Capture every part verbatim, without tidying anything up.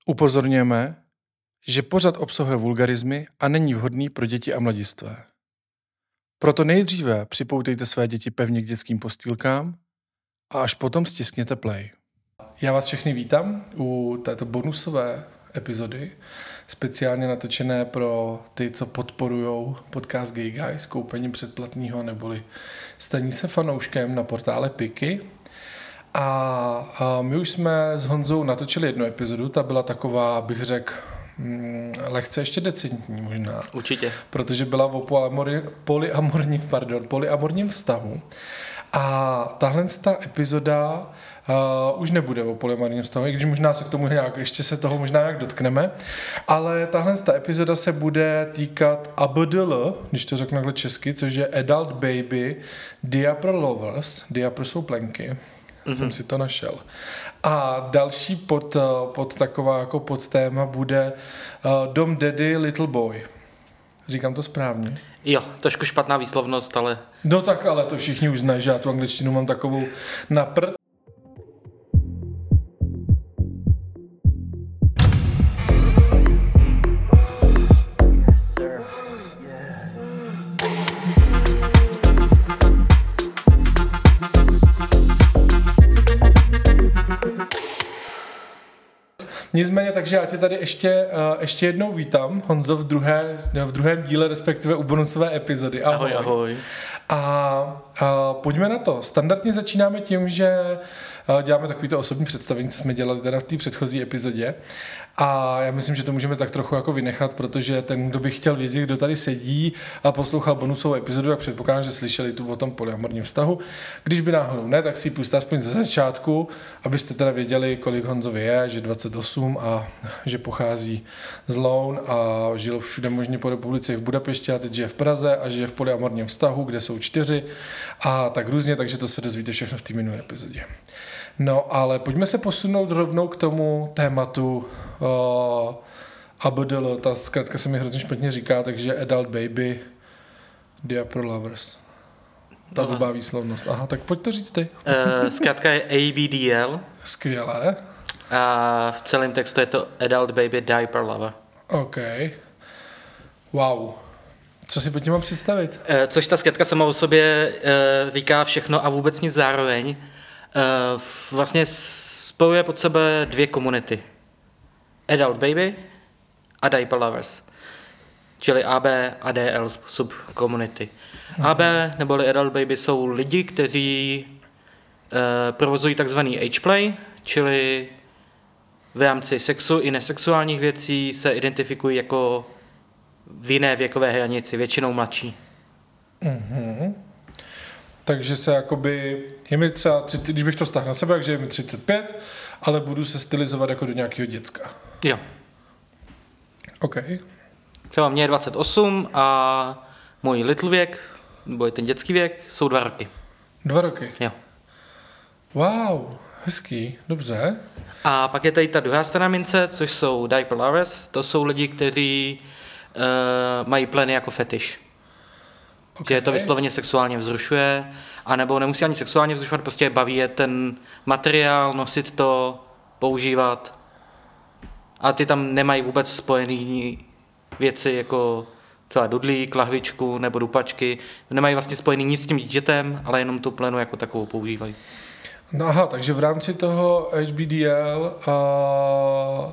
Upozorňujeme, že pořad obsahuje vulgarizmy a není vhodný pro děti a mladistvé. Proto nejdříve připoutejte své děti pevně k dětským postýlkám a až potom stiskněte play. Já vás všechny vítám u této bonusové epizody, speciálně natočené pro ty, co podporujou podcast Gay Guys koupením předplatného neboli staní se fanouškem na portále Piky. A, a my už jsme s Honzou natočili jednu epizodu, ta byla taková, bych řekl, mm, lehce ještě decentní možná. Určitě. Protože byla o polyamori, polyamorním, pardon, polyamorním vztahu. A tahle ta epizoda uh, už nebude o polyamorním vztahu, i když možná se k tomu nějak, ještě se toho možná nějak dotkneme, ale tahle ta epizoda se bude týkat A B D L, když to řeknu takhle česky, což je Adult Baby Diaper Lovers, diaper jsou plenky. Mm-hmm. Jsem si to našel. A další pod, pod taková jako podtéma bude uh, Dom Daddy Little Boy. Říkám to správně? Jo, trošku špatná výslovnost, ale... No tak ale to všichni už znají, že já tu angličtinu mám takovou na prd. Nicméně, takže já tě tady ještě, uh, ještě jednou vítám, Honzo, v, druhé, v druhém díle, respektive u bonusové epizody. Ahoj, ahoj. ahoj. A uh, pojďme na to. Standardně začínáme tím, že uh, děláme takovýto osobní představení, co jsme dělali teda v té předchozí epizodě. A já myslím, že to můžeme tak trochu jako vynechat, protože ten, kdo by chtěl vědět, kdo tady sedí a poslouchal bonusovou epizodu, tak předpokládám, že slyšeli tu o tom polyamorním vztahu. Když by náhodou ne, tak si ji pusťte aspoň ze začátku, abyste teda věděli, kolik Honzovi je, že dvacet osm a že pochází z Loun a žil všude možně po republice v Budapešti a teď žije v Praze a žije v polyamorním vztahu, kde jsou čtyři a tak různě, takže to se dozvíte všechno v té minulé epizodě. No, ale pojďme se posunout rovnou k tomu tématu uh, A B D L, ta zkrátka se mi hrozně špatně říká, takže Adult Baby Diaper Lovers. Ta blbá výslovnost. Aha, tak pojď to říct ty. Uh, zkrátka je A B D L. Skvělé. A v celém textu je to Adult Baby Diaper Lover. OK. Wow. Co si pod tím mám představit? Uh, což ta zkrátka sama o sobě uh, říká všechno a vůbec nic zároveň. Uh, vlastně spojuje pod sebe dvě komunity. Adult Baby a Diaper Lovers. Čili A B a D L subkomunity. Mm-hmm. A B neboli Adult Baby jsou lidi, kteří uh, provozují takzvaný ageplay, čili v rámci sexu i nesexuálních věcí se identifikují jako v jiné věkové hranici, většinou mladší. Mm-hmm. Takže se jakoby, je mi třeba, když bych to stáhl na sebe, takže je mi třicet pět, ale budu se stylizovat jako do nějakého děcka. Jo. OK. Třeba mě je dvacet osm a můj little věk, nebo je ten dětský věk, jsou dva roky. Dva roky? Jo. Wow, hezký, dobře. A pak je tady ta druhá strana mince, což jsou diaper lovers, to jsou lidi, kteří uh, mají pleny jako fetiš. Okay. Že to vysloveně sexuálně vzrušuje, anebo nemusí ani sexuálně vzrušovat, prostě baví je ten materiál, nosit to, používat. A ty tam nemají vůbec spojený věci jako třeba dudlík, lahvičku nebo dupačky. Nemají vlastně spojený nic s tím dítětem, ale jenom tu plenu jako takovou používají. No aha, takže v rámci toho H B D L uh,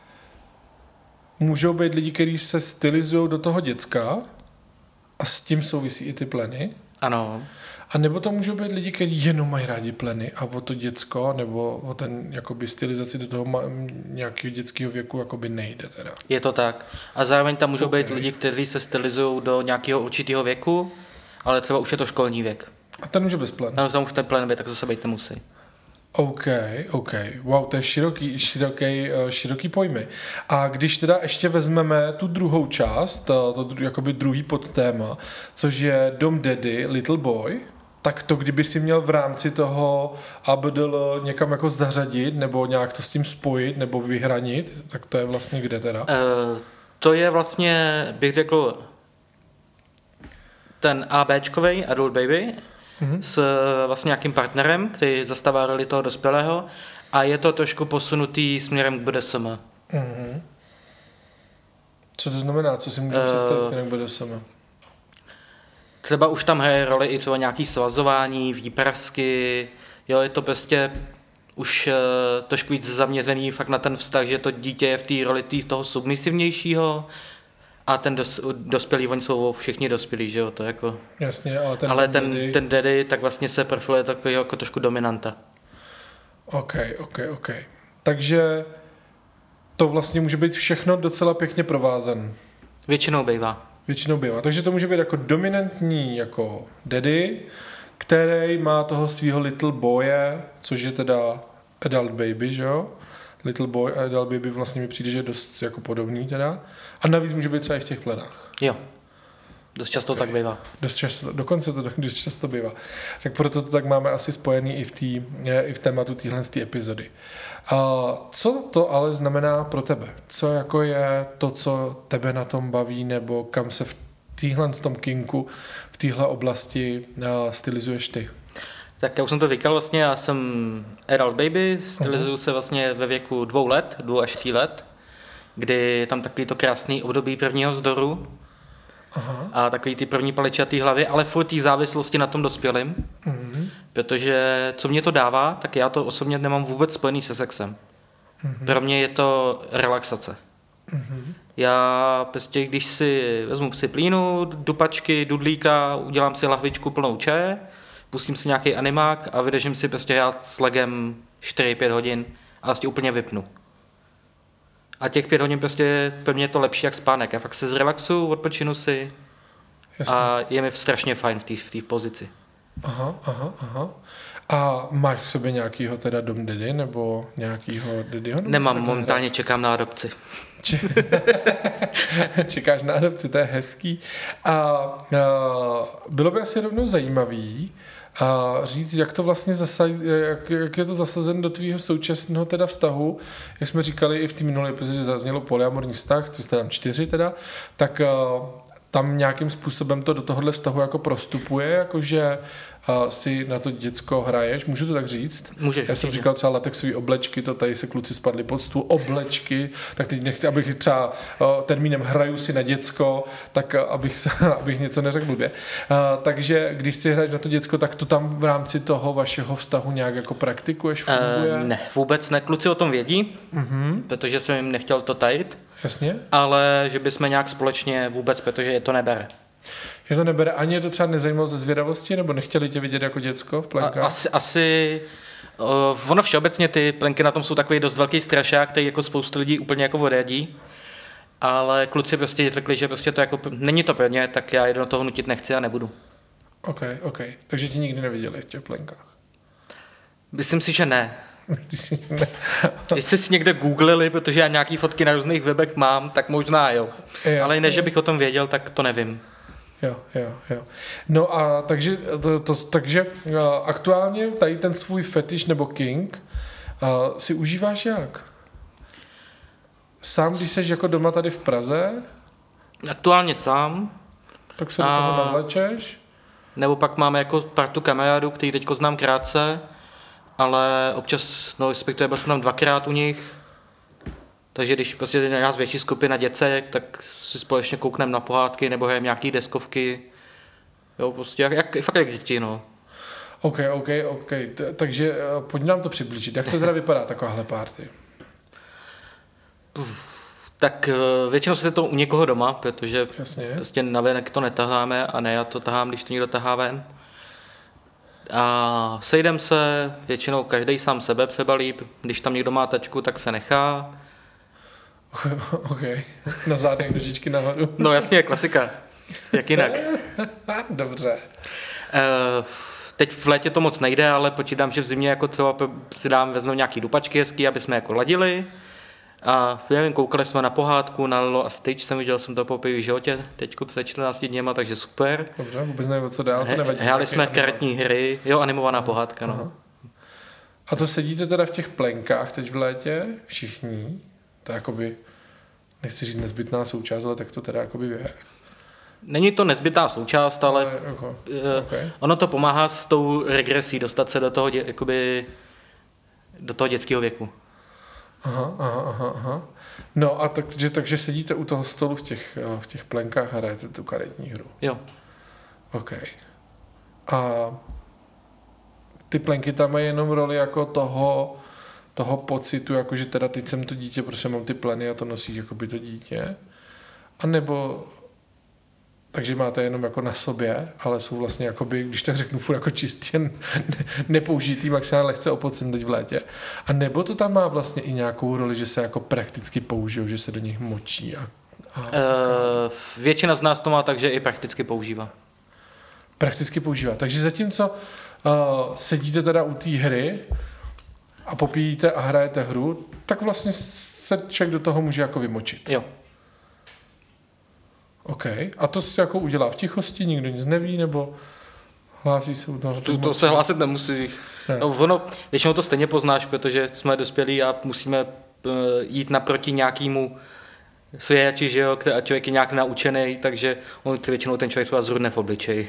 můžou být lidi, kteří se stylizují do toho děcka a s tím souvisí i ty pleny. Ano. A nebo to můžou být lidi, kteří jenom mají rádi pleny a o to děcko nebo o ten jakoby stylizaci do toho nějakého dětského věku jakoby nejde teda. Je to tak. A zároveň tam můžou okay. být lidi, kteří se stylizují do nějakého určitého věku, ale třeba už je to školní věk. A ten už je bez plen. No, tam už ten plen být, tak zase být nemusí. OK, OK. Wow, to je široký, široký, široký pojmy. A když teda ještě vezmeme tu druhou část, to, to jakoby druhý podtéma, což je Dom Daddy Little Boy, tak to kdyby si měl v rámci toho A B D L někam jako zařadit, nebo nějak to s tím spojit, nebo vyhranit, tak to je vlastně kde teda? Uh, to je vlastně, bych řekl, ten ABčkovej, Adult Baby, mm-hmm. s vlastně nějakým partnerem, který zastává roli toho dospělého a je to trošku posunutý směrem k B D S M. Mm-hmm. Co to znamená? Co si můžu uh, představit směrem k bé dé es em? Třeba už tam hraje roli i třeba nějaký svazování, výprasky, jo, je to prostě už uh, trošku víc zaměřený fakt na ten vztah, že to dítě je v té roli tý, toho submisivnějšího a ten dos, dospělý, oni jsou všichni dospělí, že jo, to jako... Jasně, ale ten, ale ten, ten, daddy... ten daddy tak vlastně se profiluje takový jako trošku dominanta. OK, OK, OK. Takže to vlastně může být všechno docela pěkně provázané. Většinou bývá. Většinou bývá. Takže to může být jako dominantní jako daddy, který má toho svého little boye, což je teda adult baby, že jo? Little boy a adult baby vlastně mi přijde, že je dost jako podobný teda. A navíc může být třeba i v těch plenách. Jo. Dost často okay. tak bývá. Dost často, dokonce to dost často bývá. Tak proto to tak máme asi spojený i v, tý, i v tématu téhle epizody. A co to ale znamená pro tebe? Co jako je to, co tebe na tom baví, nebo kam se v téhle tom kinku, v téhle oblasti stylizuješ ty? Tak já už jsem to říkal vlastně, já jsem adult baby, stylizuju uh-huh. se vlastně ve věku dvou let, dvou až tří let, kdy je tam takový to krásný období prvního vzdoru. Aha. A takový ty první paličatý hlavy, ale furt té závislosti na tom dospělým, mm-hmm. protože co mě to dává, tak já to osobně nemám vůbec spojený se sexem. Mm-hmm. Pro mě je to relaxace. Mm-hmm. Já prostě, když si vezmu si plínu, dupačky, dudlíka, udělám si lahvičku plnou čaje, pustím si nějaký animák a vydržím si prostě hrát s legem čtyři pět hodin a vlastně úplně vypnu. A těch pět hodin prostě pro mě je to lepší jak spánek. Já fakt se zrelaxuju, odpočinu si. Jasně. A je mi strašně fajn v té v pozici. Aha, aha, aha. A máš v sobě nějakýho teda dom daddy nebo nějakýho daddyho? Nemám, momentálně čekám na adopci. Čekáš na adopci, to je hezký. A, a bylo by asi rovnou zajímavý a říct, jak to vlastně zasa, jak, jak je to zasazen do tvýho současného teda vztahu. Jak jsme říkali i v té minulé epizodě, zaznělo polyamorní vztah, ty jste tam čtyři teda, tak uh, tam nějakým způsobem to do tohohle vztahu jako prostupuje, jakože uh, si na to děcko hraješ, můžu to tak říct? Můžeš. Já jsem říkal třeba latexový oblečky, to tady se kluci spadli pod stůl, oblečky, tak teď nechci, abych třeba uh, termínem hraju si na děcko, tak uh, abych, abych něco neřekl blbě. Uh, takže když si hraješ na to děcko, tak to tam v rámci toho vašeho vztahu nějak jako praktikuješ, funguje? Uh, ne, vůbec ne. Kluci o tom vědí, uh-huh. protože jsem jim nechtěl to tajit. Jasně. Ale že bychom nějak společně vůbec, protože je to nebere. Je to nebere? Ani je to třeba nezajímalo ze zvědavosti, nebo nechtěli tě vidět jako děcko v plenkách? A, asi, asi uh, ono všeobecně ty plenky na tom jsou takový dost velký strašák, který jako spoustu lidí úplně jako odradí. Ale kluci prostě řekli, že prostě to jako, není to pro ně, tak já je do toho nutit nechci a nebudu. OK, OK. Takže ti nikdy neviděli v těch plenkách? Myslím si, že ne. Jestli si někde googlili, protože já nějaký fotky na různých webech mám, tak možná jo. Jasně. Ale ne, že bych o tom věděl, tak to nevím. Jo, jo, jo. No a takže, to, to, takže uh, aktuálně tady ten svůj fetiš nebo king uh, si užíváš jak? Sám, když jsi jako doma tady v Praze? Aktuálně sám. Tak se do toho navlečeš? Nebo pak máme jako partu kamarádů, který teďko znám krátce, ale občas, no respektive byl jsem tam dvakrát u nich, takže když prostě je nás větší skupina děcek, tak si společně koukneme na pohádky nebo hrajeme nějaký deskovky, jo, prostě jak, jak, fakt jak děti, no. OK, OK, OK, T- takže uh, pojď nám to přiblížit, jak to teda vypadá takováhle party? Uf, tak uh, většinou se to u někoho doma, protože Jasně. prostě navenek to netaháme a ne já to tahám, když to někdo tahá ven. A sejdem se, většinou každý sám sebe přebalí, když tam někdo má tačku, tak se nechá. OK, na zádech nožičky nahoru. No jasně, klasika, jak jinak. Dobře. Teď v létě to moc nejde, ale počítám, že v zimě jako třeba si dám, vezmeme nějaký dupačky hezký, aby jsme jako ladili. A nevím, koukali jsme na pohádku, na Lilo a Stitch, jsem viděl, jsem to poprvé v životě, teďko před čtrnácti dněma, takže super. Dobře, vůbec nevím, co dál, to nevadí. Hráli jsme karetní hry, jo, animovaná aha, pohádka, no. Aha. A to sedíte teda v těch plenkách teď v létě, všichni? To je jakoby, nechci říct nezbytná součást, ale tak to teda jakoby je. Není to nezbytná součást, ale, ale jako, okay. ono to pomáhá s tou regresí dostat se do toho, jakoby, do toho dětského věku. Aha, aha, aha, aha. No a takže, takže sedíte u toho stolu v těch, v těch plenkách a hrajete tu karetní hru. Jo. OK. A ty plenky tam mají jenom roli jako toho, toho pocitu, jako že teda teď jsem to dítě, protože mám ty pleny a to nosí jako by to dítě. A nebo takže máte jenom jako na sobě, ale jsou vlastně jakoby, když tak řeknu, furt jako čistě ne, nepoužitý, maximálně lehce opocen teď v létě. A nebo to tam má vlastně i nějakou roli, že se jako prakticky použijou, že se do nich močí. A, a, Uh, většina z nás to má tak, že i prakticky používá. Prakticky používá. Takže zatímco uh, sedíte teda u té hry a popíjíte a hrajete hru, tak vlastně se člověk do toho může jako vymočit. Jo. OK. A to si jako udělá v tichosti, nikdo nic neví, nebo hlásí se u toho? To, to se hlásit nemusíš. Ne. No, ono, většinou to stejně poznáš, protože jsme dospělí a musíme uh, jít naproti nějakému svějači, že jo, a člověk je nějak naučený, takže on většinou ten člověk třeba zhrudne v obličeji.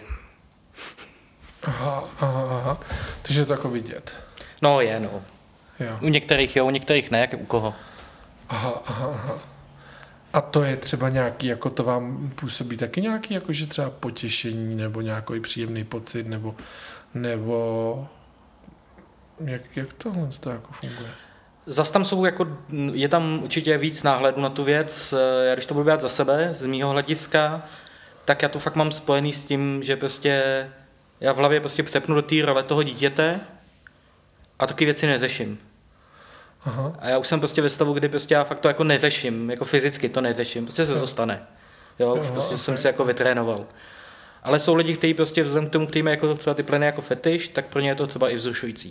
Aha, aha, aha. Takže je to jako vidět. No je, no. Jo. U některých jo, u některých ne, jak u koho. Aha, aha, aha. A to je třeba nějaký, jako to vám působí taky nějaký, jakože třeba potěšení, nebo nějaký příjemný pocit, nebo, nebo jak, jak tohle to jako funguje? Zas tam jsou jako, je tam určitě víc náhledu na tu věc. Já když to budu brát za sebe, z mýho hlediska, tak já to fakt mám spojený s tím, že prostě já v hlavě prostě přepnu do té role toho dítěte a taky věci neřeším. Aha. A já už jsem prostě ve stavu, kdy prostě já fakt to jako neřeším, jako fyzicky to neřeším, prostě se to stane. Jo, už Aha, prostě okay. jsem si jako vytrénoval. Ale jsou lidi, kteří prostě vzhledem k tomu, kteří mají jako třeba ty pleny jako fetiš, tak pro ně je to třeba i vzrušující.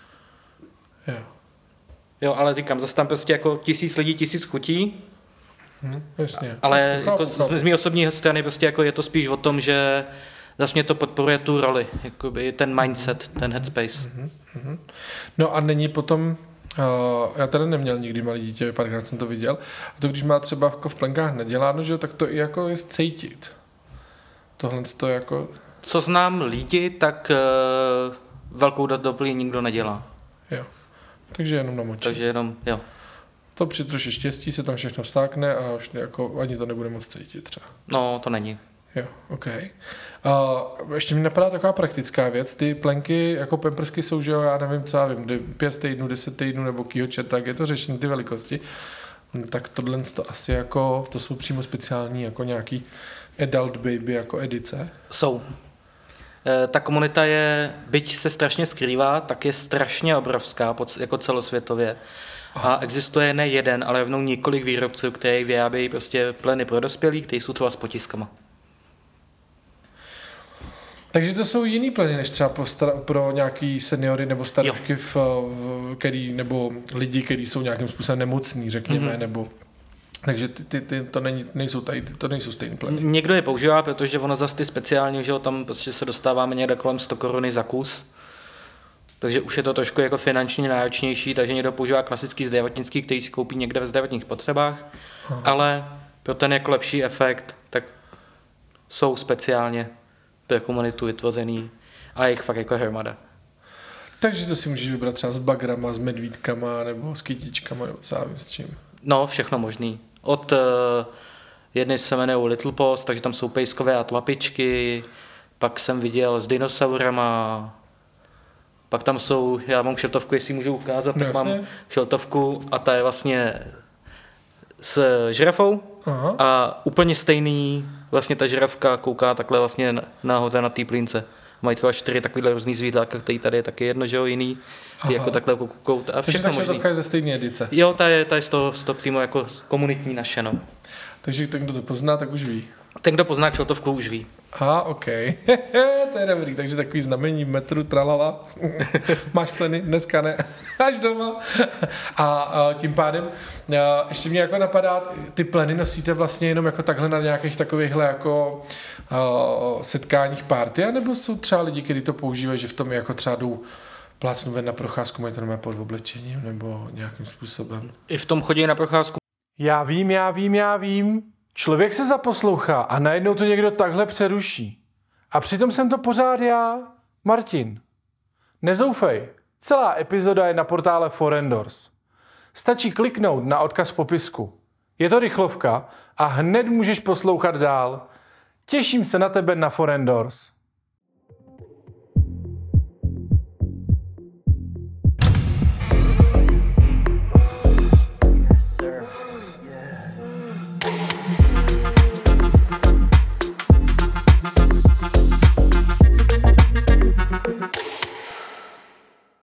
Jo. Jo, ale říkám, zase tam prostě jako tisíc lidí, tisíc chutí, Hm, jasně. ale Chápu, jako chápu. z, z mé osobní strany prostě jako je to spíš o tom, že zase mě to podporuje tu roli, jakoby ten mindset, ten headspace. Mhm, mhm. No a není potom, uh, já teda neměl nikdy malý dítě, párkrát jsem to viděl, a to když má třeba jako v plenkách neděláno, že jo, tak to i jako je cítit. Tohle to jako, Co znám lidi, tak uh, velkou doplí nikdo nedělá. jo. Takže jenom namočí. Takže jenom, jo. To při troši štěstí se tam všechno vstákne a už jako ani to nebude moc cítit třeba. No, to není. Jo, OK. Uh, ještě mi napadá taková praktická věc. Ty plenky jako pampersky jsou, že jo, já nevím, co já vím, pět týdnů, deset týdnů nebo kýho čet, tak je to řešení ty velikosti. No, tak tohle to asi jako, to jsou přímo speciální jako nějaký adult baby jako edice. Jsou. E, ta komunita je, byť se strašně skrývá, tak je strašně obrovská jako celosvětově. A existuje ne jeden, ale rovnou několik výrobců, kteří vyrábějí prostě pleny pro dospělí, kteří jsou třeba s potiskama. Takže to jsou jiný pleny, než třeba pro, star- pro nějaký seniory nebo starušky, v, v, který, nebo lidi, kteří jsou nějakým způsobem nemocní, řekněme, mm-hmm. nebo... Takže ty, ty, ty, to není, nejsou tady, to nejsou stejný pleny. Někdo je používá, protože ono zase ty speciální, že jo, tam prostě se dostáváme někde kolem sto koruny za kus. Takže už je to trošku jako finančně náročnější, takže někdo používá klasický zdravotnický, který si koupí někde ve zdravotních potřebách, Aha. ale pro ten jako lepší efekt, tak jsou speciálně pro komunitu vytvořený a jich fakt jako hromada. Takže to si můžeš vybrat třeba s bagrama, s medvídkama nebo s kytičkama, nebo co já vím s čím. No, všechno možný. Od uh, jedny se jmenuje Little Post, takže tam jsou pejskové a tlapičky, pak jsem viděl s dinosaurama, pak tam jsou, já mám kšeltovku, jestli můžu ukázat, tak Jasně. mám kšeltovku a ta je vlastně s žirafou Aha. a úplně stejný, vlastně ta žirafka kouká takhle vlastně nahoře na té plínce. Mají třeba čtyři takovýhle různý zvířátka, který tady je taky jedno, že jo, jiný, jako takhle koukou a všechno možný. Takže ta je ze stejné edice. Jo, ta je, ta je z toho, z toho přímo jako komunitní naše, no. Takže ten, kdo to pozná, tak už ví. Ten, kdo pozná kšeltovku, už ví. Aha, OK. To je dobrý, takže takový znamení metru, tralala. Máš pleny, dneska ne. Až doma. A, a tím pádem, a ještě mě jako napadá, ty pleny nosíte vlastně jenom jako takhle na nějakých takovýchhle jako a, setkáních party, anebo jsou třeba lidi, kteří to používají, že v tom jako třeba jdou plácnu ven na procházku, mají to normálně pod oblečením, nebo nějakým způsobem. I v tom chodí na procházku. Já vím, já vím, já vím. Člověk se zaposlouchá a najednou to někdo takhle přeruší. A přitom jsem to pořád já, Martin. Nezoufej, celá epizoda je na portále Forendors. Stačí kliknout na odkaz v popisku. Je to rychlovka a hned můžeš poslouchat dál. Těším se na tebe na Forendors.